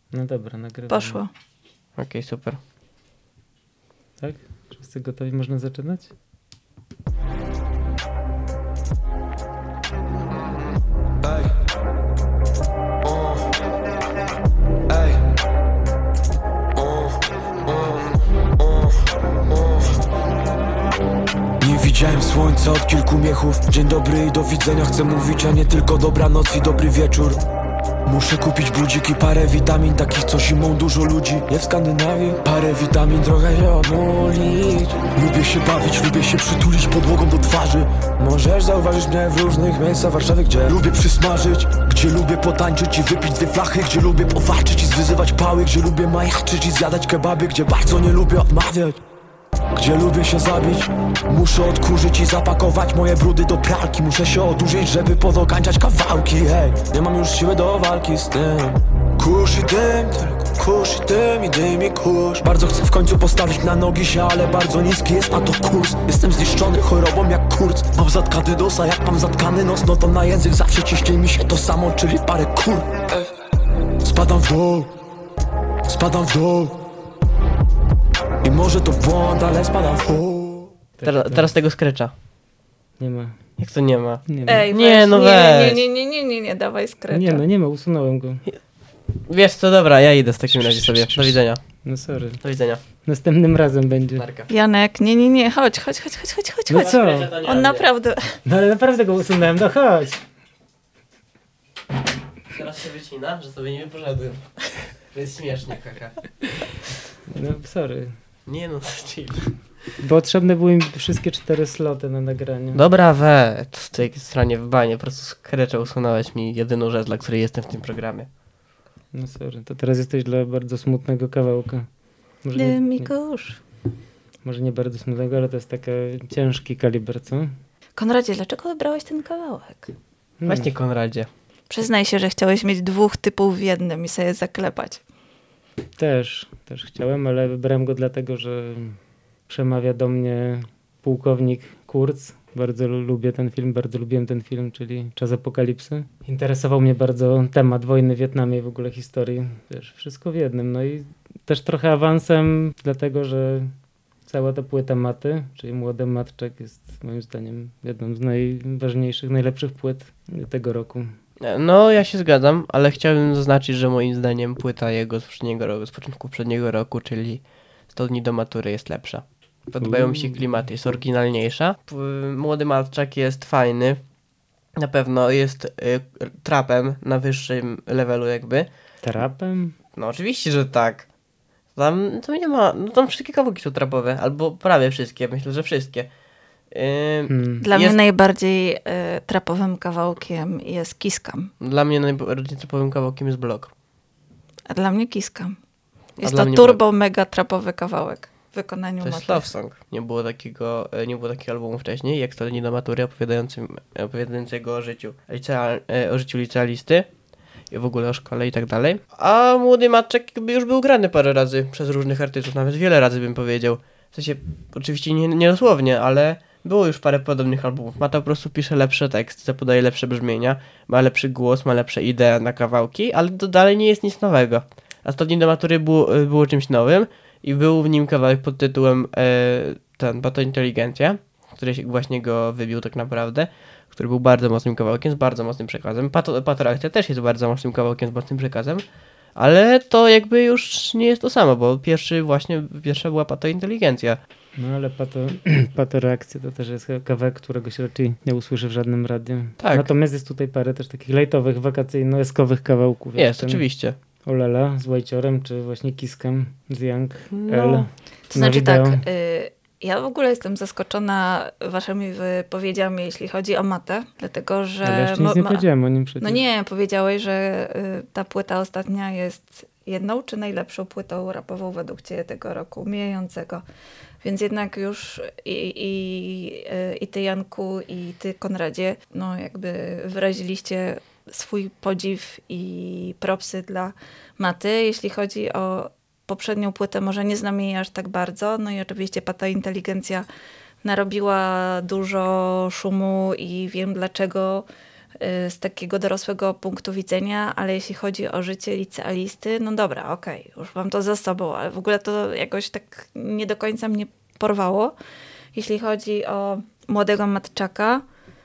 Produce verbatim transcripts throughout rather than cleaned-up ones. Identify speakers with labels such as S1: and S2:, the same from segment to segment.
S1: No dobra, nagrywamy.
S2: Poszło.
S3: Okej, okay, super.
S1: Tak? Wszyscy gotowi? Można zaczynać?
S4: Ej. O. Ej. O. O. O. O. Nie widziałem słońca od kilku miechów. Dzień dobry i do widzenia chcę mówić, a nie tylko dobranoc i dobry wieczór. Muszę kupić budzik i parę witamin, takich co zimą dużo ludzi je w Skandynawii. Parę witamin, trochę się odmulić. Lubię się bawić, lubię się przytulić podłogą do twarzy. Możesz zauważyć mnie w różnych miejscach Warszawy, gdzie lubię przysmażyć, gdzie lubię potańczyć i wypić dwie flachy, gdzie lubię powalczyć i zwyzywać pały, gdzie lubię majaczyć i zjadać kebaby, gdzie bardzo nie lubię odmawiać, gdzie lubię się zabić. Muszę odkurzyć i zapakować moje brudy do pralki. Muszę się odurzyć, żeby podokańczać kawałki. Hej, nie mam już siły do walki z tym. Kurz i dym, tylko kurz i dym i dym i kurz. Bardzo chcę w końcu postawić na nogi się, ale bardzo niski jest na to kurs. Jestem zniszczony chorobą jak kurc. Mam zatkany nos, a jak mam zatkany nos, no to na język zawsze ciśnie mi się to samo, czyli parę kur. Spadam w dół, spadam w dół. I może to błąd, ale spadam w dół.
S3: Teraz, teraz tego skrecza.
S1: Nie ma.
S3: Jak to nie ma?
S1: Nie ma.
S2: Ej,
S3: Nie,
S2: weź,
S3: no
S2: nie,
S3: weź.
S2: nie, nie, nie, nie, nie, nie, dawaj skrecza.
S1: Nie no, nie ma, usunąłem go.
S3: Wiesz co, dobra, ja idę w takim razie sobie. Do widzenia.
S1: No sorry.
S3: Do widzenia.
S1: Następnym razem będzie.
S3: Narka.
S2: Janek, nie, nie, nie, chodź, chodź, chodź, chodź, chodź, chodź,
S1: No
S2: chodź.
S1: co?
S2: On naprawdę...
S1: No ale naprawdę go usunąłem, no chodź.
S3: Teraz się wycina, że sobie nie poszedłem. To jest śmiesznie, kaka.
S1: No sorry.
S3: Nie no, chill.
S1: Bo potrzebne były mi wszystkie cztery sloty na nagranie.
S3: Dobra, we, z tej stronie w banie, po prostu skrecza usunąłeś mi jedyną rzecz, dla której jestem w tym programie.
S1: No sorry, to teraz jesteś dla bardzo smutnego kawałka. Może nie,
S2: Dym i
S1: nie,
S2: kurz.
S1: może nie bardzo smutnego, ale to jest taki ciężki kaliber, co?
S2: Konradzie, dlaczego wybrałeś ten kawałek?
S1: Hmm.
S3: Właśnie, Konradzie.
S2: Przyznaj się, że chciałeś mieć dwóch typów w jednym i sobie zaklepać.
S1: Też, też chciałem, ale wybrałem go dlatego, że przemawia do mnie pułkownik Kurz. Bardzo lubię ten film, bardzo lubiłem ten film, czyli Czas Apokalipsy. Interesował mnie bardzo temat wojny w Wietnamie i w ogóle historii. Wiesz, wszystko w jednym. No i też trochę awansem, dlatego że cała ta płyta Maty, czyli Młody Matczak, jest moim zdaniem jedną z najważniejszych, najlepszych płyt tego roku.
S3: No, ja się zgadzam, ale chciałbym zaznaczyć, że moim zdaniem płyta jego z poprzedniego roku, z początku poprzedniego roku, czyli sto dni do matury jest lepsza. Podobają mi się klimaty, jest oryginalniejsza. P- Młody Matczak jest fajny. Na pewno jest y, trapem na wyższym levelu jakby.
S1: Trapem?
S3: No oczywiście, że tak. Tam to nie ma, no tam wszystkie kawałki są trapowe, albo prawie wszystkie, myślę, że wszystkie. Yy,
S1: Hmm.
S2: Dla
S3: jest,
S2: mnie najbardziej y, trapowym kawałkiem jest Kiskam.
S3: Dla mnie najbardziej trapowym kawałkiem jest Blok.
S2: A dla mnie Kiskam. Jest
S3: dla
S2: to
S3: mnie
S2: turbo mega trapowy kawałek w wykonaniu
S3: To jest
S2: Maty.
S3: love song. Nie było takiego, e, nie było takiego albumu wcześniej, jak sto dni do matury opowiadającym, opowiadającego o życiu, liceal, e, o życiu licealisty i w ogóle o szkole i tak dalej. A Młody Matczak jakby już był grany parę razy przez różnych artystów, nawet wiele razy bym powiedział. W sensie, oczywiście nie, nie dosłownie, ale było już parę podobnych albumów. Mata po prostu pisze lepsze teksty, podaje lepsze brzmienia, ma lepszy głos, ma lepsze idee na kawałki, ale to dalej nie jest nic nowego. A sto dni do matury było, było czymś nowym i był w nim kawałek pod tytułem e, ten, Pato Inteligencja, który się właśnie go wybił tak naprawdę, który był bardzo mocnym kawałkiem, z bardzo mocnym przekazem. Pato, Patorakcja też jest bardzo mocnym kawałkiem z mocnym przekazem, ale to jakby już nie jest to samo, bo pierwszy właśnie, pierwsza była Pato Inteligencja.
S1: No ale pato, pato reakcja to też jest kawałek, którego się raczej nie usłyszy w żadnym radiu.
S3: Tak.
S1: Natomiast jest tutaj parę też takich lejtowych, wakacyjno-eskowych kawałków. jak
S3: Jest,
S1: ten
S3: oczywiście.
S1: Olela z Łajciorem, czy właśnie Kiskem z Young
S3: No.
S1: L.
S2: To
S1: na
S2: znaczy
S1: wideo.
S2: tak, y, ja w ogóle jestem zaskoczona waszymi wypowiedziami, jeśli chodzi o Matę, dlatego że...
S1: Ale jeszcze
S2: mo-
S1: nic nie
S2: ma-
S1: powiedziałem o nim przecież.
S2: No nie, powiedziałeś, że y, ta płyta ostatnia jest jedną czy najlepszą płytą rapową według ciebie tego roku, mijającego. Więc jednak już i, i, y, i ty, Janku, i ty, Konradzie, no jakby wyraziliście swój podziw i propsy dla Maty. Jeśli chodzi o poprzednią płytę, może nie znam jej aż tak bardzo. No i oczywiście Pata Inteligencja narobiła dużo szumu i wiem dlaczego y, z takiego dorosłego punktu widzenia, ale jeśli chodzi o życie licealisty, no dobra, okej, już mam to za sobą, ale w ogóle to jakoś tak nie do końca mnie porwało. Jeśli chodzi o Młodego Matczaka,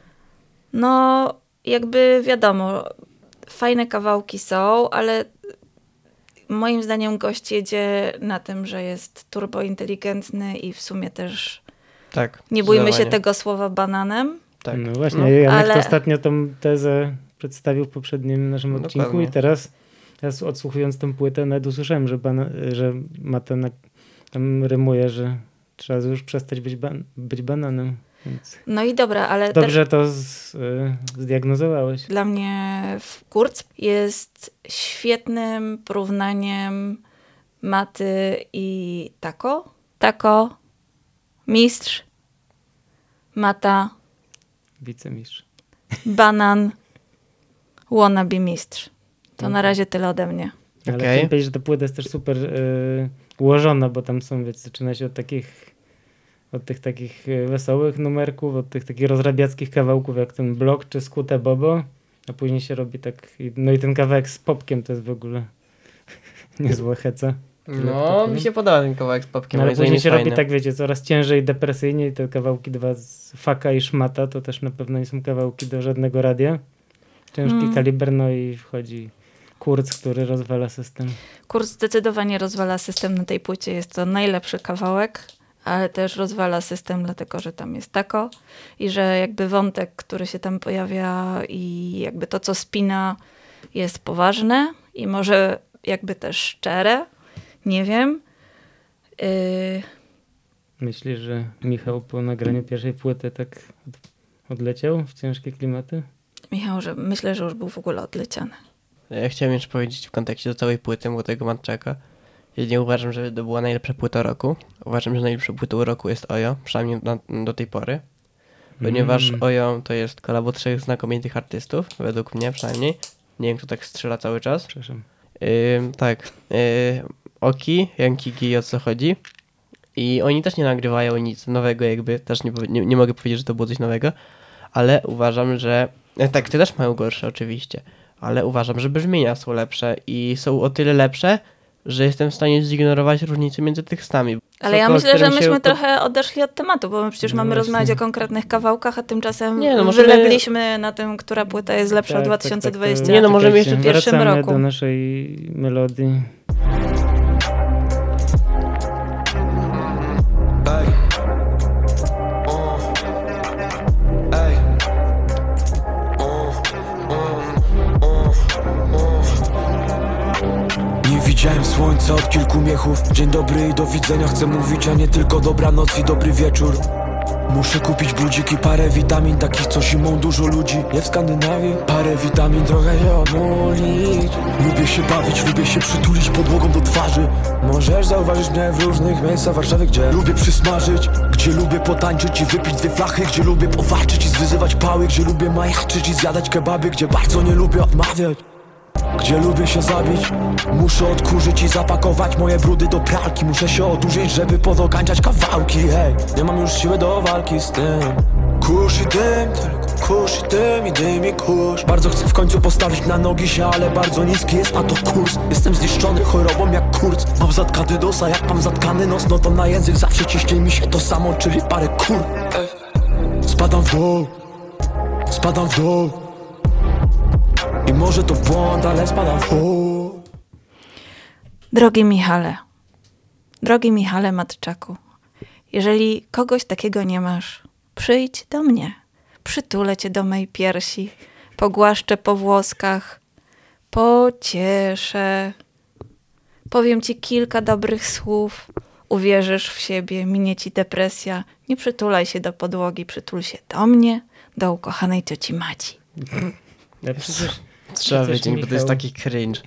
S2: no jakby wiadomo, fajne kawałki są, ale moim zdaniem gość jedzie na tym, że jest turbointeligentny i w sumie też
S3: Tak.
S2: nie bójmy się
S3: zdecydowanie.
S2: tego słowa bananem.
S3: Tak.
S1: No właśnie,
S3: No,
S1: Janek
S2: ale-
S1: to ostatnio tą tezę przedstawił w poprzednim naszym
S3: Dokładnie.
S1: odcinku i teraz, teraz odsłuchując tę płytę nawet usłyszałem, że, bana, że Mata na, tam rymuje, że trzeba już przestać być, ban, być bananem. Więc
S2: No i dobra, ale
S1: dobrze to z, y, zdiagnozowałeś.
S2: dla mnie w Kurz jest świetnym porównaniem Maty i Tako. Tako, mistrz, Mata,
S1: Wicemistrz.
S2: banan, wannabe mistrz. To na
S1: Mhm.
S2: razie tyle ode mnie.
S1: Ale
S3: Okej.
S1: chciałem powiedzieć, że ta płyta jest też super y, ułożona, bo tam są, wiecie, zaczyna się od takich od tych takich y, wesołych numerków, od tych takich rozrabiackich kawałków, jak ten blok czy skute bobo, a później się robi tak, i- no i ten kawałek z popkiem to jest w ogóle niezła heca.
S3: No, mi się podoba ten kawałek z popkiem.
S1: No, ale
S3: moim zdaniem
S1: później
S3: jest
S1: się robi
S3: fajny.
S1: tak, wiecie, coraz ciężej, depresyjnie i te kawałki dwa z Faka i Szmata to też na pewno nie są kawałki do żadnego radia. Ciężki
S2: Mm.
S1: kaliber, no i wchodzi Kurz, który rozwala system.
S2: Kurz zdecydowanie rozwala system na tej płycie. Jest to najlepszy kawałek, ale też rozwala system, dlatego że tam jest Tako i że jakby wątek, który się tam pojawia i jakby to, co spina, jest poważne i może jakby też szczere. Nie wiem. Yy,
S1: Myślisz, że Michał po nagraniu pierwszej płyty tak od, odleciał w ciężkie klimaty?
S2: Michał, że myślę, że już był w ogóle odleciany.
S3: Ja chciałem jeszcze powiedzieć w kontekście do całej płyty Młodego Matczaka. Ja nie uważam, że to była najlepsza płyta roku. Uważam, że najlepszą płytą roku jest Ojo, przynajmniej na, do tej pory. Ponieważ
S1: Mm.
S3: Ojo to jest kolabo trzech znakomitych artystów, według mnie przynajmniej. Nie wiem, kto tak strzela cały czas.
S1: Przepraszam.
S3: Yy, tak. Yy, Oki, Jankigi, o co chodzi. I oni też nie nagrywają nic nowego jakby. Też nie, powie- nie, nie mogę powiedzieć, że to było coś nowego. Ale uważam, że... e, Tak, te też mają gorsze oczywiście. Ale uważam, że brzmienia są lepsze i są o tyle lepsze, że jestem w stanie zignorować różnice między tekstami.
S2: Ale ja
S3: Soko,
S2: myślę, że
S3: którym się
S2: myśmy
S3: po-
S2: trochę odeszli od tematu, bo my przecież
S1: No
S2: mamy
S1: właśnie.
S2: rozmawiać o konkretnych kawałkach, a tymczasem
S3: Nie, no możemy-
S2: wylegliśmy na tym, która płyta jest lepsza w
S1: Tak,
S2: dwa
S1: tak,
S2: tysiące
S1: tak, to-
S2: dwudziestym
S3: Nie, no możemy jeszcze
S1: czekajcie,
S2: w pierwszym
S1: wracamy
S2: roku.
S1: do naszej melodii.
S4: Ej. O. Ej. O. O. O. O. Nie widziałem słońca od kilku miechów. Dzień dobry i do widzenia chcę mówić, a nie tylko dobranoc i dobry wieczór. Muszę kupić budziki, parę witamin, takich co zimą dużo ludzi je w Skandynawii. Parę witamin, trochę się odmulić. Lubię się bawić, lubię się przytulić podłogą do twarzy. Możesz zauważyć mnie w różnych miejscach Warszawy, gdzie lubię przysmażyć, gdzie lubię potańczyć i wypić dwie flachy, gdzie lubię powalczyć i zwyzywać pały, gdzie lubię majaczyć i zjadać kebaby, gdzie bardzo nie lubię odmawiać. Gdzie lubię się zabić, muszę odkurzyć i zapakować moje brudy do pralki. Muszę się odurzyć, żeby podokańczać kawałki. Hej, nie mam już siły do walki z tym. Kurz i dym, tylko kurz i dym i dym i kurz. Bardzo chcę w końcu postawić na nogi się, ale bardzo niski jest na to kurs. Jestem zniszczony chorobą jak kurc. Mam zatkany nos, a jak mam zatkany nos, no to na język zawsze ciśnie mi się to samo, czyli parę kur. Ej. Spadam w dół, spadam w dół. I może to błąd, ale spadam w dół.
S2: Drogi Michale, drogi Michale Matczaku, jeżeli kogoś takiego nie masz, przyjdź do mnie. Przytulę cię do mej piersi, pogłaszczę po włoskach, pocieszę. Powiem ci kilka dobrych słów, uwierzysz w siebie, minie ci depresja. Nie przytulaj się do podłogi, przytul się do mnie, do ukochanej cioci Maci.
S1: Ja przecież,
S3: Trzeba
S1: Przecież
S3: wiedzieć, bo to jest
S1: Michał-
S3: taki cringe.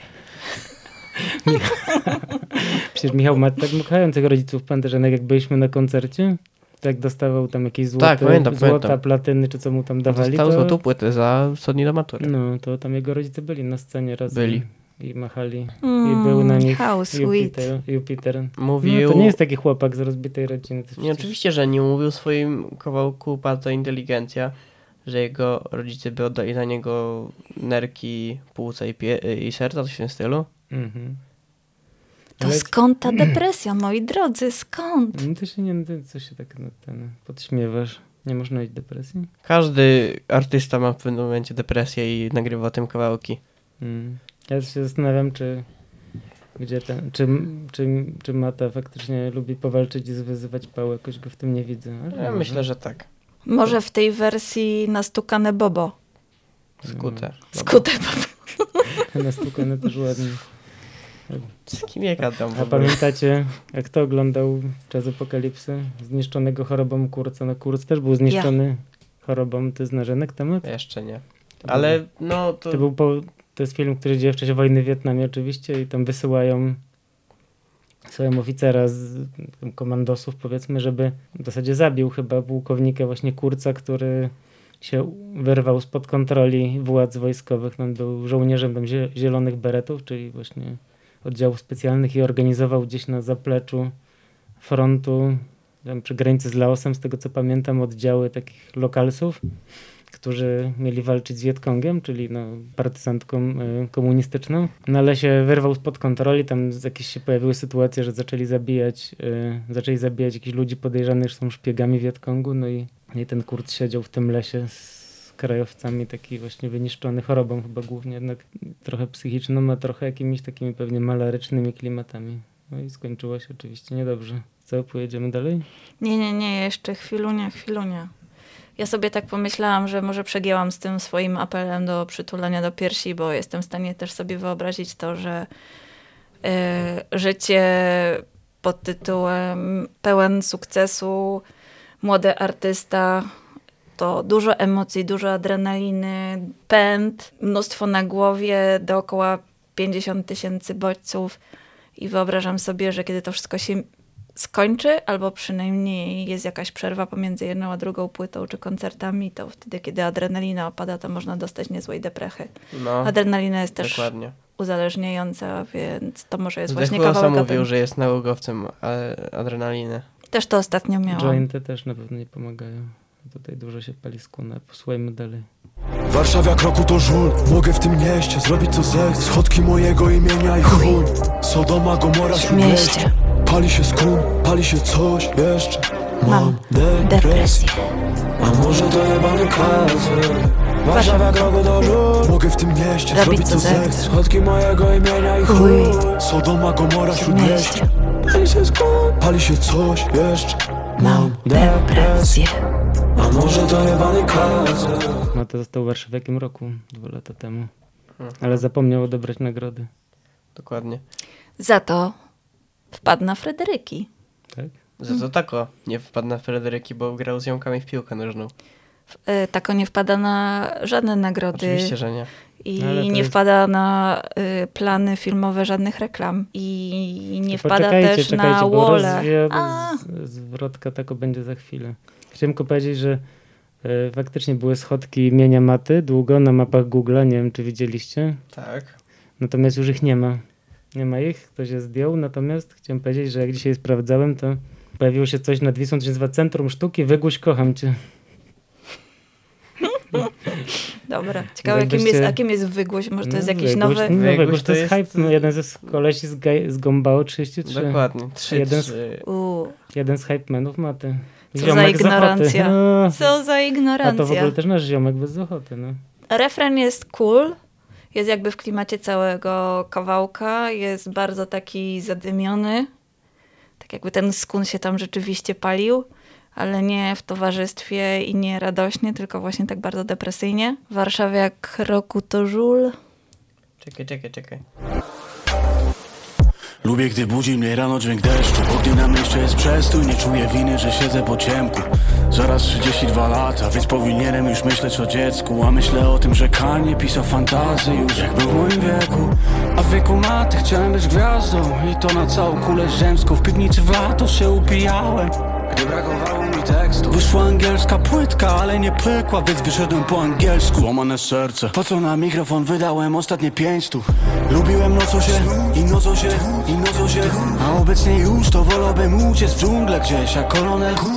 S1: przecież Michał ma tak kochających rodziców. Pamiętasz, że jak byliśmy na koncercie, to jak dostawał tam jakieś złote,
S3: Tak, pamiętam,
S1: złota,
S3: pamiętam.
S1: platyny, czy co mu tam dawali,
S3: Dostał
S1: to,
S3: złotą płytę za wschodni do matury.
S1: no, to tam jego rodzice byli na scenie razem.
S3: Byli.
S1: I machali.
S2: Mm,
S1: I był na nich
S2: how sweet.
S1: Jupiter. Jupiter.
S3: Mówił...
S1: No, to nie jest taki chłopak z rozbitej rodziny. To
S3: Nie,
S1: przecież-
S3: oczywiście, że nie mówił w swoim kawałku Bardzo Inteligencja, że jego rodzice by oddali za niego nerki, płuca i, pie- i serca, coś w tym stylu.
S1: Mhm.
S2: To
S1: Ale-
S2: skąd ta depresja, moi drodzy, skąd?
S1: No to się nie, ty- co się tak na ten podśmiewasz? Nie można mieć depresji?
S3: Każdy artysta ma w pewnym momencie depresję i nagrywa o tym kawałki.
S1: Mm. Ja się zastanawiam, czy gdzie ten, czy, czy, czy Mata faktycznie lubi powalczyć i zwyzywać Pał, jakoś go w tym nie widzę. Ale
S3: Ja
S1: może.
S3: myślę, że tak.
S2: Może w tej wersji nastukane Bobo.
S3: Skute.
S2: Skute Bobo.
S1: Nastukane też ładnie.
S3: Z kim ja gadam w
S1: A
S3: ogóle?
S1: pamiętacie, jak kto oglądał Czas Apokalipsy? Zniszczonego chorobą Kurca. No Kurc też był zniszczony chorobą. Ty znasz na temat?
S3: Jeszcze nie.
S1: To
S3: Ale
S1: był-
S3: no to...
S1: To, był po, to jest film, który dzieje w czasie wojny w Wietnamie oczywiście i tam wysyłają swoją oficera z tam komandosów, powiedzmy, żeby w zasadzie zabił chyba pułkownika właśnie Kurca, który się wyrwał spod kontroli władz wojskowych. On był żołnierzem tam zie- zielonych beretów, czyli właśnie oddziałów specjalnych i organizował gdzieś na zapleczu frontu tam przy granicy z Laosem, z tego co pamiętam, oddziały takich lokalsów, którzy mieli walczyć z Wietkongiem, czyli no, partyzantką y, komunistyczną. No ale się wyrwał spod kontroli, tam z- jakieś się pojawiły sytuacje, że zaczęli zabijać, y, zaczęli zabijać jakichś ludzi podejrzanych, że są szpiegami Wietkongu, no i, i ten Kurt siedział w tym lesie z krajowcami, taki właśnie wyniszczony chorobą chyba głównie, jednak trochę psychiczną, a trochę jakimiś takimi pewnie malarycznymi klimatami. No i skończyło się oczywiście niedobrze. Co, pojedziemy dalej?
S2: Nie, nie, nie, jeszcze chwilunia, chwilunia. Ja sobie tak pomyślałam, że może przegięłam z tym swoim apelem do przytulania do piersi, bo jestem w stanie też sobie wyobrazić to, że e, życie pod tytułem pełen sukcesu, młody artysta, to dużo emocji, dużo adrenaliny, pęd, mnóstwo na głowie, dookoła pięćdziesiąt tysięcy bodźców i wyobrażam sobie, że kiedy to wszystko się skończy, albo przynajmniej jest jakaś przerwa pomiędzy jedną a drugą płytą czy koncertami, to wtedy, kiedy adrenalina opada, to można dostać niezłej deprechy.
S3: No,
S2: Adrenalina jest też
S3: dokładnie.
S2: uzależniająca, więc to może jest
S3: Zdech
S2: właśnie
S3: Losa
S2: kawałek o
S3: mówił,
S2: tym.
S3: że jest nałogowcem a- adrenaliny.
S2: Też to ostatnio miałam.
S1: Jointy też na pewno nie pomagają. Tutaj dużo się pali skóna. Posłuchajmy dalej.
S4: Warszawa kroku to żul, mogę w tym mieście zrobić co zechcę. Schodki mojego imienia i chuj, Sodoma, Gomora, śródmieście. Pali się skun, pali się coś jeszcze. Mam depresję, a może to jebany kancer. Warszawa kroku to żul, mogę w tym mieście zrobić co zechcę. Schodki mojego imienia i chuj, Sodoma, Gomora, śródmieście. Pali się skun, pali się coś jeszcze. Mam depresję, a może to jebany kancer.
S1: Mata został warszawiakiem roku dwa lata temu.
S3: Mhm.
S1: Ale zapomniał odebrać nagrody.
S3: Dokładnie.
S2: Za to wpadł na Frederyki.
S1: Tak?
S3: Za to tako nie wpadł na Frederyki, bo grał z ziomkami w piłkę nożną.
S2: Y, Tako nie wpada na żadne nagrody
S3: Oczywiście, że nie.
S2: i
S1: Ale to
S2: nie
S1: jest-
S2: wpada na y, plany filmowe żadnych reklam i nie
S1: To
S2: wpada
S1: poczekajcie,
S2: też
S1: czekajcie,
S2: na
S1: bo
S2: Wole.
S1: rozwia-
S2: A,
S1: z- zwrotka tako będzie za chwilę. Chciałem tylko powiedzieć, że e, faktycznie były schodki imienia Maty długo na mapach Google'a. Nie wiem, czy widzieliście.
S3: Tak.
S1: Natomiast już ich nie ma. Nie ma ich, ktoś je zdjął. Natomiast chciałem powiedzieć, że jak dzisiaj sprawdzałem, to pojawiło się coś nad Wisłą, to się nazywa Centrum Sztuki. Wygłuś, kocham cię.
S2: dobra. Ciekawe, jakim
S1: Jakbyście-
S2: jest, jakim jest wygłoś. Może to jest
S1: No,
S2: jakiś
S1: Wygłuś-
S2: nowy...
S1: No,
S3: Wygłuś
S1: Wygłuś to
S3: to
S1: jest
S3: jest-
S1: hype. No, jeden ze kolesi z, gaj- z Gombao trzydzieści trzy.
S3: Dokładnie. Trzy,
S1: Jeden z-
S3: trzy.
S2: U,
S1: Jeden z hype menów Maty.
S2: Co za
S1: Ziomek z Ochoty.
S2: ignorancja.
S1: No.
S2: co za
S1: A
S2: ignorancja.
S1: to w ogóle też nasz ziomek bez Ochoty. No.
S2: Refren jest cool, jest jakby w klimacie całego kawałka, jest bardzo taki zadymiony, tak jakby ten skun się tam rzeczywiście palił, ale nie w towarzystwie i nie radośnie, tylko właśnie tak bardzo depresyjnie. Warszawiak roku to żul.
S3: Czekaj, czekaj, czekaj.
S5: Lubię, gdy budzi mnie rano dźwięk deszczu, bo gdy na mieście jest przestój, nie czuję winy, że siedzę po ciemku. Zaraz trzydzieści dwa lata, więc powinienem już myśleć o dziecku. A myślę o tym, że Kanye pisał fantazy już jak był w moim wieku. A w wieku maty chciałem być gwiazdą i to na całą kulę ziemską. W piwnicy w lato się upijałem, gdy brakowało mi tekstu. Wyszła angielska płytka, ale nie pykła, więc wyszedłem po angielsku. Łamane serce, po co na mikrofon wydałem ostatnie pięć stów. Lubiłem nocą się i nocą się i nocą się, a obecnie już to wolałbym uciec w dżunglę gdzieś jak kolonel Kurz.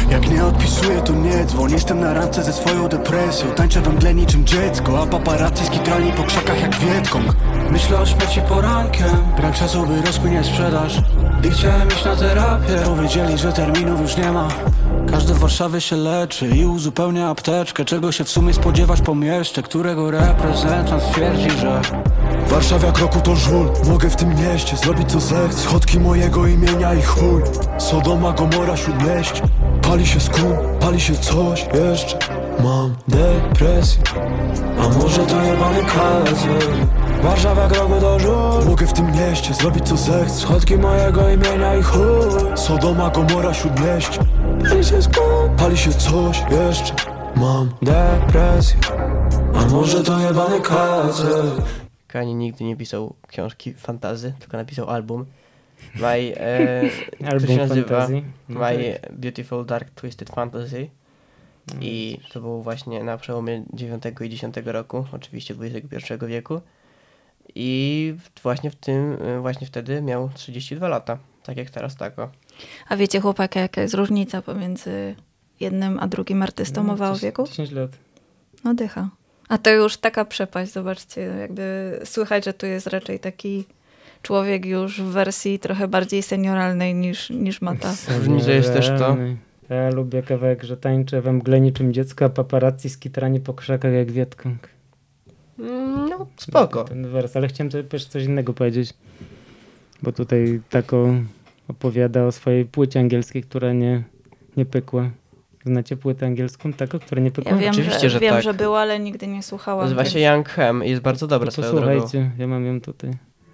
S5: Jak nie odpisuję, to nie dzwoń. Jestem na randce ze swoją depresją. Tańczę we mgle niczym dziecko, a paparazzi skitrali po krzakach jak Wietkong. Myślę o śmierci porankiem, brak czasu by rozkminiać sprzedaż. Gdy chciałem iść na terapię, powiedzieli, że terminów już nie ma. Każdy w Warszawie się leczy i uzupełnia apteczkę. Czego się w sumie spodziewać po mieście, którego reprezentant twierdzi, że
S6: Warszawa kroku to żul. Mogę w tym mieście zrobić co zechcę. Schodki mojego imienia i chuj. Sodoma, Gomora, Śródmieście. Pali się skun, pali się coś jeszcze. Mam depresję, a może to jebany kazy. Warszawa kroku to żul. Mogę w tym mieście zrobić co zechcę. Schodki mojego imienia i chuj. Sodoma, Gomora, Śródmieście. Pali się skun, pali się coś jeszcze. Mam depresję, a może to jebany kazy.
S3: Kanye nigdy nie pisał książki fantasy, tylko napisał album. My, e, który
S1: Album
S3: się nazywa
S1: fantazji. No
S3: My
S1: tak.
S3: Beautiful Dark Twisted Fantasy. I to było właśnie na przełomie dziewiątego i dziesiątego roku, oczywiście dwudziestego pierwszego wieku. I właśnie w tym, właśnie wtedy miał trzydzieści dwa lata, tak jak teraz tako.
S2: A wiecie, chłopaki, jaka jest różnica pomiędzy jednym a drugim artystą,
S1: No,
S2: mowa o
S1: dziesięć-
S2: wieku?
S1: dziesięć lat.
S2: No dycha. A to już taka przepaść, zobaczcie, jakby słychać, że tu jest raczej taki człowiek już w wersji trochę bardziej senioralnej niż, niż Mata.
S3: Różnica jest też to-
S1: Realny. Ja lubię kawałek, że tańczę we mgle niczym dziecko, a paparazzi skitrani po krzakach jak Wietkong.
S3: Mm, No, spoko.
S1: Ten wers, ale chciałem sobie też coś innego powiedzieć. Bo tutaj Tako opowiada o swojej płycie angielskiej, która nie, nie pykła. Znacie płytę angielską Tako, która nie pykła?
S2: Ja wiem,
S3: Oczywiście,
S2: że,
S3: że
S2: wiem
S3: tak.
S2: że była, ale nigdy nie słuchałam.
S3: Nazywa
S2: więc-
S3: się Young Hem i jest bardzo dobra
S1: To
S3: swoją drogą.
S1: posłuchajcie, ja mam ją tutaj.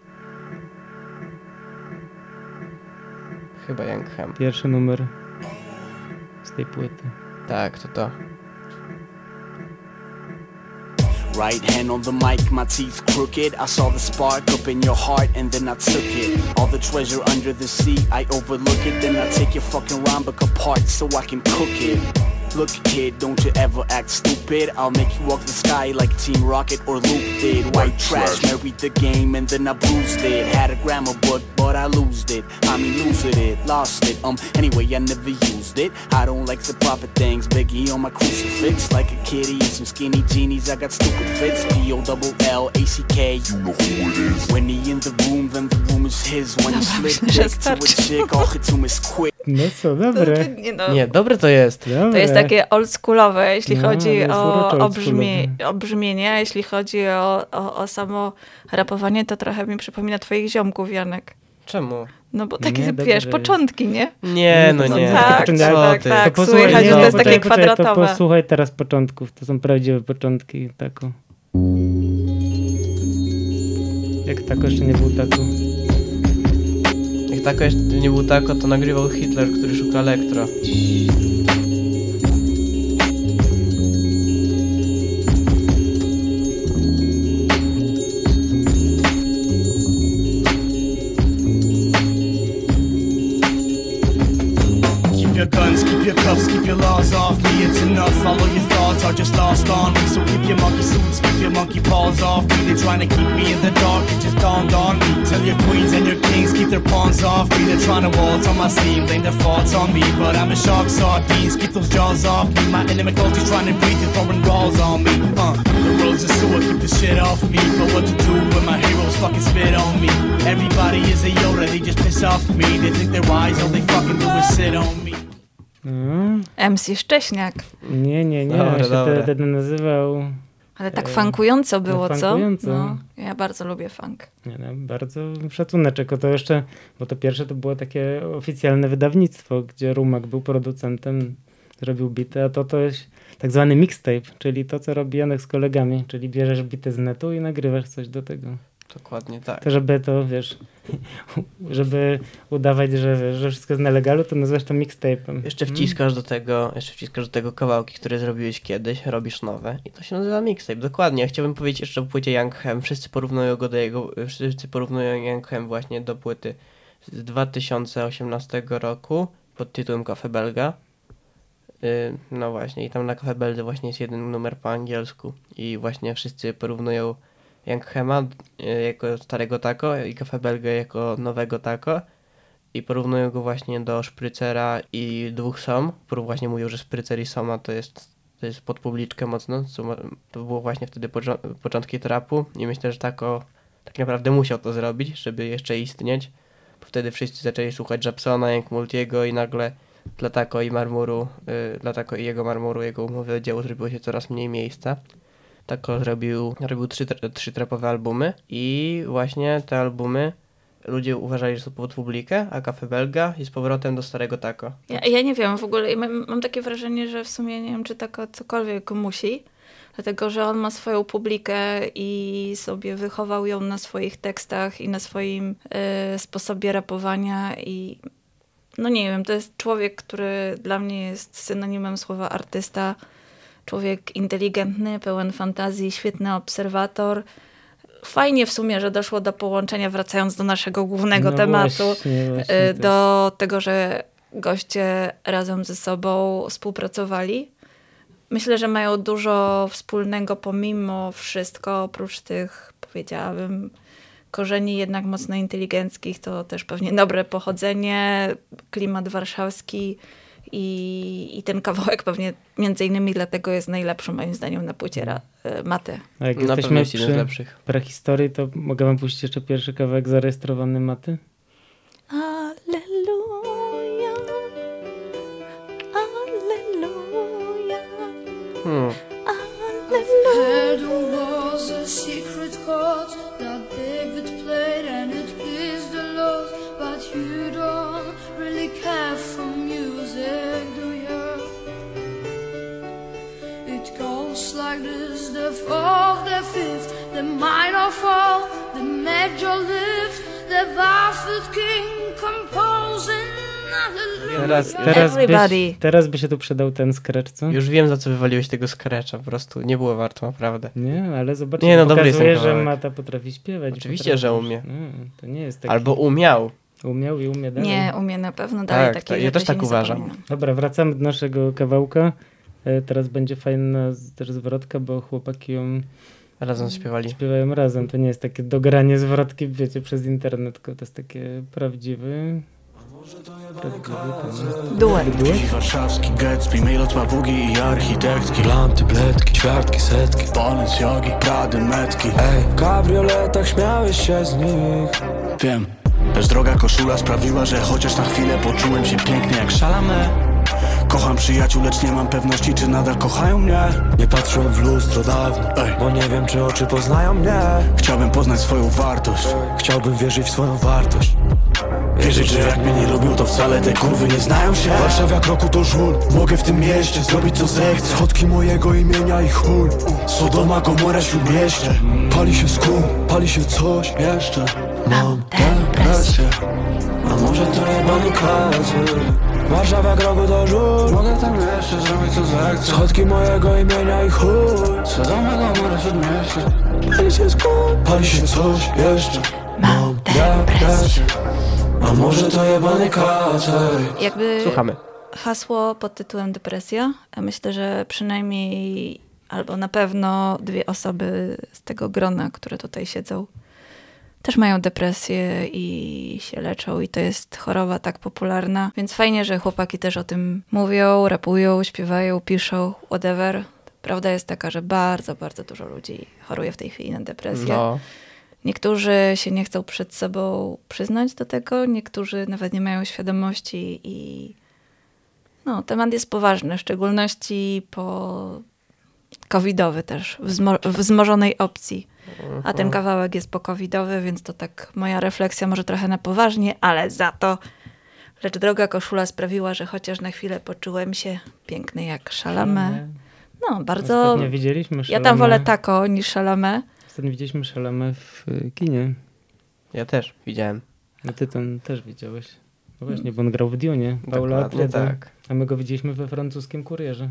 S3: Chyba Young Hem.
S1: Pierwszy numer z tej płyty.
S3: Tak, to to.
S5: Right hand on the mic, my teeth crooked. I saw the spark up in your heart and then I took it. All the treasure under the sea, I overlook it. Then I take your fucking rhyme book apart so I can cook it. Look kid, don't you ever act stupid. I'll make you walk the sky like Team Rocket or Luke did. White trash, married the game and then I bruised it. Had a grammar book but I losed it. I mean losing it, lost it. Um, anyway I never used it. I don't like the proper things. Biggie on my crucifix like a kitty and some skinny genies. I got stupid fits. P O double L A C K. You know who it is. When he in the room, then the room is his. When he slid
S2: myślę, że
S5: dick to a
S2: starczy.
S5: chick, all hit to miss quick.
S1: No co,
S2: To,
S1: dobre.
S2: to, nie, no,
S3: Nie, dobre to jest.
S1: dobre.
S2: to jest takie oldschoolowe, jeśli
S1: No,
S2: chodzi
S1: jest
S2: o,
S1: urocze
S2: o, brzmie,
S1: oldschoolowe.
S2: o brzmienie, a jeśli chodzi o, o, o samo rapowanie, to trochę mi przypomina twoich ziomków, Janek.
S3: Czemu?
S2: No bo takie,
S1: Nie, dobre
S2: wiesz,
S1: jest.
S2: początki, nie?
S3: Nie, no
S2: No
S3: nie.
S2: tak,
S3: Co
S2: tak,
S3: ty?
S2: tak.
S1: To posłuchaj,
S2: słychać,
S1: nie,
S2: że to
S1: nie,
S2: jest takie
S1: poczekaj, poczekaj,
S2: kwadratowe.
S1: To posłuchaj teraz początków. To są prawdziwe początki Tako. Jak Tako jeszcze nie był Tako.
S3: Jak tako jeszcze nie był tako, to nagrywał Hitler, który szuka elektro.
S7: Keep your guns, keep your cuffs, keep your laws off me. It's enough, all of your thoughts are just lost on me. So keep your monkey suits, keep your monkey paws off me. They're trying to keep me in the dark, it just dawned on me. Tell your queens and your kings, keep their pawns off me. They're trying to waltz on my scene, blame their faults on me. But I'm a shark, sardines, keep those jaws off me. My enemy closely trying to breathe, they're throwing balls on me. Uh, the roads are sewer, keep the shit off me. But what to do when my heroes fucking spit on me? Everybody is a Yoda, they just piss off me. They think they're wise, all they fucking do is sit on me.
S1: No,
S2: M C Szcześniak.
S1: nie, nie, nie.
S3: Dobre,
S1: On się
S3: dobre.
S1: wtedy nazywał...
S2: Ale tak
S1: E,
S2: funkująco było,
S1: no,
S2: co?
S1: funkująco.
S2: No, ja bardzo lubię funk.
S1: Nie, no, bardzo szacuneczek. O to jeszcze, bo to pierwsze to było takie oficjalne wydawnictwo, gdzie Rumak był producentem, zrobił bity, a to to jest tak zwany mixtape, czyli to, co robi Janek z kolegami, czyli bierzesz bity z netu i nagrywasz coś do tego.
S3: Dokładnie tak.
S1: To żeby to, wiesz, żeby udawać, że, że wszystko jest na legalu, to nazywasz to mixtape'em.
S3: Jeszcze wciskasz do tego, jeszcze wciskasz do tego kawałki, które zrobiłeś kiedyś, robisz nowe i to się nazywa mixtape. Dokładnie. Ja chciałbym powiedzieć jeszcze o płycie Young Hem. Wszyscy porównują go do jego, wszyscy porównują Young Hem właśnie do płyty z dwa tysiące osiemnastego roku pod tytułem Cafe Belga. Yy, no właśnie i tam na Cafe Beldze właśnie jest jeden numer po angielsku i właśnie wszyscy porównują Young Hema y, jako starego Tako i Cafe Belgę jako nowego Tako i porównują go właśnie do Szprycera i Dwóch Som. Porów właśnie mówił, że Szprycer i Soma to jest, to jest pod publiczkę mocno, co ma, to było właśnie wtedy począ- początki trapu i myślę, że Tako tak naprawdę musiał to zrobić, żeby jeszcze istnieć, bo wtedy wszyscy zaczęli słuchać Japsona, Jank Multiego i nagle dla Tako i Marmuru, yy, dla Tako i jego Marmuru, jego umowy o dzieło zrobiło się coraz mniej miejsca. Tako zrobił, robił trzy, trzy trapowe albumy i właśnie te albumy ludzie uważali, że są pod publikę, a Cafe Belga jest powrotem do starego Tako.
S2: Ja, ja nie wiem, w ogóle mam, mam takie wrażenie, że w sumie nie wiem, czy Tako cokolwiek musi, dlatego, że on ma swoją publikę i sobie wychował ją na swoich tekstach i na swoim y, sposobie rapowania i no nie wiem, to jest człowiek, który dla mnie jest synonimem słowa artysta, człowiek inteligentny, pełen fantazji, świetny obserwator. Fajnie w sumie, że doszło do połączenia, wracając do naszego głównego
S1: No
S2: tematu,
S1: właśnie, właśnie
S2: y, do tego, że goście razem ze sobą współpracowali. Myślę, że mają dużo wspólnego pomimo wszystko, oprócz tych, powiedziałabym, korzeni jednak mocno inteligenckich, to też pewnie dobre pochodzenie, klimat warszawski i, i ten kawałek pewnie między innymi dlatego jest najlepszy moim zdaniem na płycie ra, Maty.
S1: A jak
S3: Na pewno
S1: jesteśmy
S3: jest jeden z
S1: przy
S3: lepszych.
S1: prehistorii, to mogę wam puścić jeszcze pierwszy kawałek zarejestrowany Maty?
S2: Alleluja, alleluja,
S3: Hmm.
S8: There was a secret chord that David played and it pleased the Lord, but you don't really care for music, do you? It goes like this: the fourth, the fifth, the minor fall, the major lift, the baffled king composing.
S1: Teraz, teraz,
S2: Everybody.
S1: byś, teraz by się tu przydał ten scratch, co?
S3: Już wiem, za co wywaliłeś tego scratcha, po prostu nie było warto, naprawdę.
S1: Nie, ale zobaczcie,
S3: Nie, no,
S1: to
S3: dobry jest
S1: pokazuje,
S3: ten
S1: że
S3: kawałek.
S1: Mata potrafi śpiewać.
S3: Oczywiście,
S1: potrafi,
S3: że umie.
S1: No, to nie jest taki...
S3: Albo umiał.
S1: Umiał i umie dalej.
S2: Nie, umie na pewno dalej
S3: Tak,
S2: takie
S3: to- ja
S2: rzeczy
S3: też
S2: się
S3: tak
S2: nie
S3: uważam.
S2: zapomina.
S1: Dobra, wracamy do naszego kawałka. E, Teraz będzie fajna z- też zwrotka, bo chłopaki ją
S3: Razem śpiewali.
S1: śpiewają razem. To nie jest takie dogranie zwrotki, wiecie, przez internet, tylko to jest takie prawdziwy... Prawdziwy ten...
S2: Duet.
S5: Jakiś warszawski Gatsby, mail od papugi i architektki.
S6: Lampy, bledki, ćwiartki, setki.
S5: Balenciagi, Prady, metki.
S6: Ej, w kabrioletach śmiałeś się z nich.
S5: Wiem, też droga koszula sprawiła, że chociaż na chwilę poczułem się piękny jak Chalamet. Kocham przyjaciół, lecz nie mam pewności, czy nadal kochają mnie.
S6: Nie patrzyłem w lustro dawno,
S5: Ej.
S6: bo nie wiem, czy oczy poznają mnie.
S5: Chciałbym poznać swoją wartość.
S6: Chciałbym wierzyć w swoją wartość.
S5: Wierzyć, że jak mnie nie lubią, to wcale te kurwy nie znają się.
S6: Warszawiak roku to żul. Mogę w tym mieście zrobić co zechcę. Schodki mojego imienia i chuj.
S5: Sodoma, Gomora, Śródmieście.
S6: Pali się skór, pali się coś.
S5: Jeszcze
S6: Mam
S5: depresję. A może to jebany kazy.
S6: Warszawiak roku to żul.
S5: Mogę tam jeszcze zrobić co zechcę.
S6: Schodki mojego imienia i chuj.
S5: Sodoma, Gomora, Śródmieście.
S6: Pali się skór, pali się coś jeszcze. Mam depresję.
S5: A może to jebany kazer.
S2: Jakby
S3: Słuchamy.
S2: hasło pod tytułem depresja. Ja myślę, że przynajmniej albo na pewno dwie osoby z tego grona, które tutaj siedzą, też mają depresję i się leczą i to jest choroba tak popularna. Więc fajnie, że chłopaki też o tym mówią, rapują, śpiewają, piszą, whatever. Prawda jest taka, że bardzo, bardzo dużo ludzi choruje w tej chwili na depresję.
S3: No.
S2: Niektórzy się nie chcą przed sobą przyznać do tego, niektórzy nawet nie mają świadomości i no, temat jest poważny, w szczególności po covidowy też, wzmo- wzmożonej opcji. A ten kawałek jest po covidowy, więc to tak moja refleksja może trochę na poważnie, ale za to lecz droga koszula sprawiła, że chociaż na chwilę poczułem się piękny jak Chalamet. No, bardzo...
S1: Ostatnio widzieliśmy
S2: Ja
S1: Chalamet.
S2: tam wolę Tako niż Chalamet.
S1: Ostatnio widzieliśmy Chalamet w y, kinie.
S3: Ja też widziałem.
S1: No ty tam też widziałeś. No właśnie, bo on grał w Dunie. Paula
S3: Dokładnie
S1: Atreides.
S3: tak.
S1: A my go widzieliśmy we francuskim Kurierze.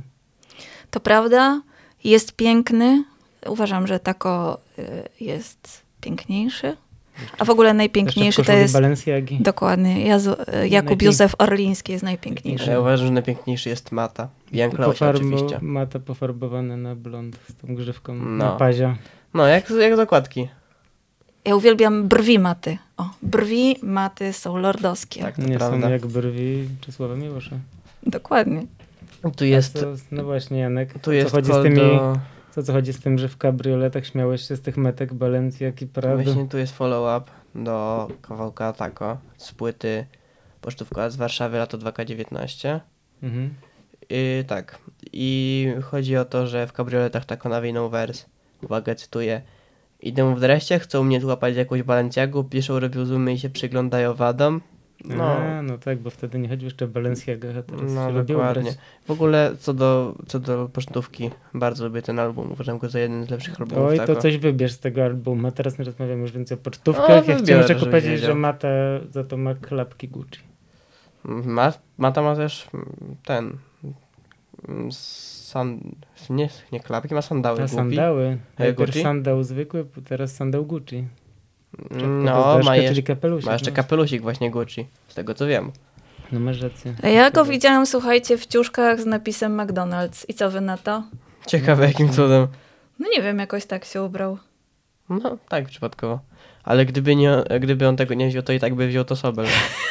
S2: To prawda, jest piękny. Uważam, że Tako y, jest piękniejszy. A w ogóle najpiękniejszy
S1: Jeszcze w
S2: to
S1: koszuli
S2: jest...
S1: Balenciagi.
S2: Dokładnie. Jazu, y, Jakub
S1: najpięk-
S2: Józef Orliński jest najpiękniejszy.
S3: Ja uważam, że najpiękniejszy jest Mata. Jan Klausia
S1: Pofarbo-
S3: oczywiście.
S1: Mata pofarbowane na blond z tą grzywką
S3: No.
S1: na pazia.
S3: No, jak, jak zakładki.
S2: Ja uwielbiam brwi maty. O, brwi maty są lordowskie.
S3: Tak, to
S1: Nie
S3: prawda.
S1: są jak brwi Czesława Miłosza.
S2: Dokładnie.
S3: Tu jest,
S1: To, no właśnie, Janek,
S3: tu
S1: o
S3: jest
S1: co chodzi z
S3: call
S1: tymi,
S3: do...
S1: co, co chodzi z tym, że w kabrioletach śmiałeś się z tych metek Balenciag i Prado?
S3: Właśnie tu jest follow-up do kawałka Tako z płyty Pocztówka z Warszawy, lato dwa K dziewiętnaście.
S1: Mhm.
S3: Yy, tak. I chodzi o to, że w kabrioletach Tako nawinął wers. Uwaga, cytuję. Idę w dreście, chcą mnie tu łapać jakąś Balenciagu, piszą review i się przyglądają wadom. No,
S1: A, no tak, bo wtedy nie chodził jeszcze o Balenciagach, a teraz
S3: no
S1: się lubił
S3: dokładnie.
S1: brać.
S3: W ogóle co do, co do Pocztówki, bardzo lubię ten album. Uważam go za jeden z lepszych albumów
S1: Oj,
S3: Tako.
S1: to coś wybierz z tego albumu. A teraz nie rozmawiamy już więcej o
S3: O,
S1: pocztówkach. Ja
S3: wybiorę,
S1: chciałem tylko
S3: żebyś
S1: powiedzieć,
S3: wiedział.
S1: że Mata za to ma klapki Gucci.
S3: Ma, Mata ma też mm, ten... mm, San, nie, nie klapki, ma sandały.
S1: A
S3: Gucci.
S1: sandały.
S3: A
S1: Najpierw
S3: Gucci?
S1: sandał zwykły, teraz sandał Gucci.
S3: No, ma,
S1: czyli
S3: jeszcze,
S1: kapelusik.
S3: ma jeszcze
S1: no.
S3: kapelusik właśnie Gucci, z tego co wiem.
S1: No masz rację.
S2: A ja go widziałam, słuchajcie, w ciuszkach z napisem McDonald's. I co wy na to?
S3: Ciekawe jakim cudem.
S2: No nie wiem, jakoś tak się ubrał.
S3: No, tak przypadkowo. Ale gdyby, nie, gdyby on tego nie wziął, to i tak by wziął to Sobel.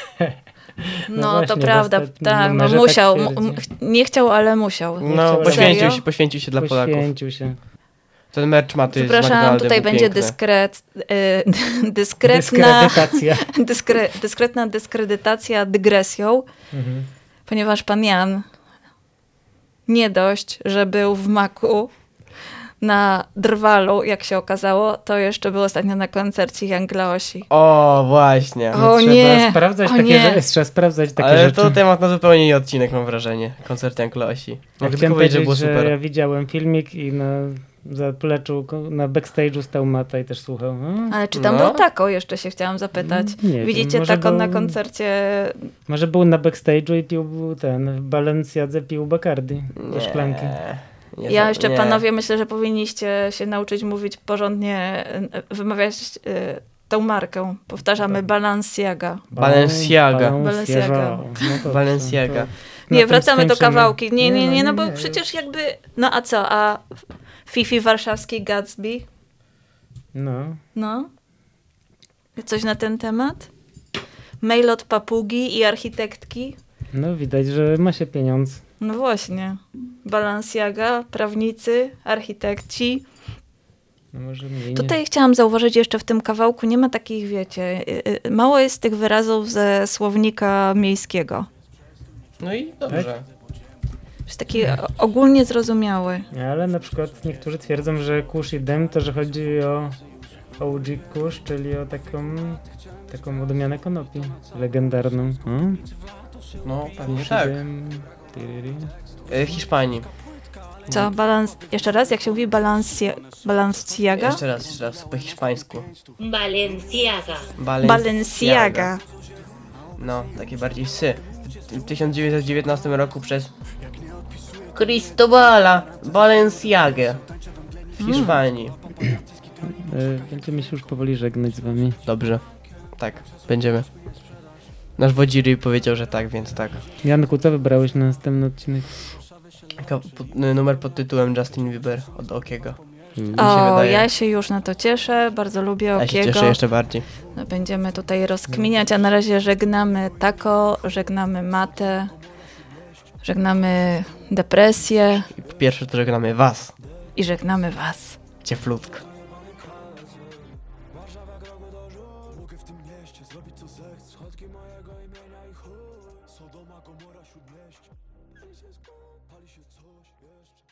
S2: No,
S1: właśnie,
S2: to
S1: w
S2: prawda,
S1: ostatnim
S2: tak, no
S1: numerze
S2: musiał.
S1: tak
S2: M-
S1: twierdzi.
S2: m- nie chciał, ale musiał.
S3: No,
S1: chciałem.
S3: poświęcił
S2: Serio?
S3: się, poświęcił się dla Polaków.
S1: Poświęcił się.
S3: Ten merch Maty z
S2: Przepraszam,
S3: McDonaldem
S2: tutaj
S3: był
S2: będzie
S3: piękny.
S2: dyskret, y, dyskretna,
S1: Dyskredytacja.
S2: dyskre, dyskretna dyskredytacja dygresją,
S1: Mhm.
S2: ponieważ pan Jan nie dość, że był w Maku na Drwalu, jak się okazało, to jeszcze był ostatnio na koncercie Youngla Osi.
S3: O, właśnie.
S2: O
S1: Trzeba
S2: nie,
S1: sprawdzać
S2: o
S1: takie
S2: nie.
S1: rzeczy. Trzeba sprawdzać takie
S3: Ale
S1: rzeczy.
S3: to temat na zupełnie inny odcinek, mam wrażenie. Koncert Youngla Osi.
S1: Ja
S3: Mogę
S1: chciałem
S3: tylko powiedzieć, że było
S1: powiedzieć, że
S3: super.
S1: ja widziałem filmik i na zapleczu, na backstage'u stał Mata i też słuchał. A,
S2: Ale czy tam
S3: No.
S2: był Tako? Jeszcze się chciałam zapytać.
S1: Nie wiem,
S2: Widzicie
S1: może
S2: Tako na
S1: był-
S2: koncercie?
S1: może był na backstage'u i pił był ten, w Balenciadze pił Bacardi ze szklanki.
S3: Nie,
S2: Ja
S3: za-
S2: jeszcze,
S3: nie.
S2: panowie, myślę, że powinniście się nauczyć mówić porządnie, y, wymawiać y, tą markę. Powtarzamy Balenciaga.
S3: Balenciaga.
S2: Balenciaga.
S1: No dobrze,
S3: Balenciaga.
S1: to na
S2: Nie,
S1: tym
S2: wracamy do
S1: skończymy.
S2: kawałki. Nie, nie, nie, no bo
S1: nie.
S2: przecież jakby... No a co, a Fifi warszawski Gatsby?
S1: No,
S2: No? Coś na ten temat? Mail od papugi i architektki?
S1: no widać, że ma się pieniądz.
S2: No właśnie. Balenciaga, prawnicy, architekci.
S1: No może mniej nie.
S2: Tutaj chciałam zauważyć jeszcze w tym kawałku, nie ma takich, wiecie, y, y, mało jest tych wyrazów ze słownika miejskiego.
S3: No i dobrze.
S2: Jest taki o- ogólnie zrozumiały.
S1: Ale na przykład niektórzy twierdzą, że kusz i dem to, że chodzi o O G kusz, czyli o taką taką odmianę konopi legendarną. Hmm?
S3: No, pewnie
S1: Kusz i
S3: tak.
S1: dem, tyriri.
S3: E, W Hiszpanii.
S2: Co? Balans... Jeszcze raz, jak się mówi? Balancja... Balenciaga?
S3: Jeszcze raz, jeszcze raz, po hiszpańsku.
S9: Balenciaga.
S3: Balenciaga.
S2: Balenciaga.
S3: No, takie bardziej sy. W tysiąc dziewięćset dziewiętnastym roku przez Cristobala Balenciagę w Hiszpanii.
S1: E, Będziemy się już powoli żegnać z wami.
S3: Dobrze. Tak, będziemy. Nasz Wodziry powiedział, że tak, więc tak.
S1: Janku, co wybrałeś na następny odcinek?
S3: Ka- pod, n- numer pod tytułem Justin Bieber od Okiego. Mi się
S2: O,
S3: wydaje.
S2: ja się już na to cieszę, bardzo lubię
S3: Ja się
S2: Okiego.
S3: cieszę jeszcze bardziej.
S2: No, będziemy tutaj rozkminiać, a na razie żegnamy Tako, żegnamy Matę, żegnamy depresję
S3: I po pierwsze to żegnamy was.
S2: i żegnamy was.
S3: Cieplutko.
S6: Mogę w tym mieście zrobić co zechcę. Schodki mojego imienia i chuj. Sodoma, Gomora, Śródmieście. Pali się skąd, pali się coś jeszcze.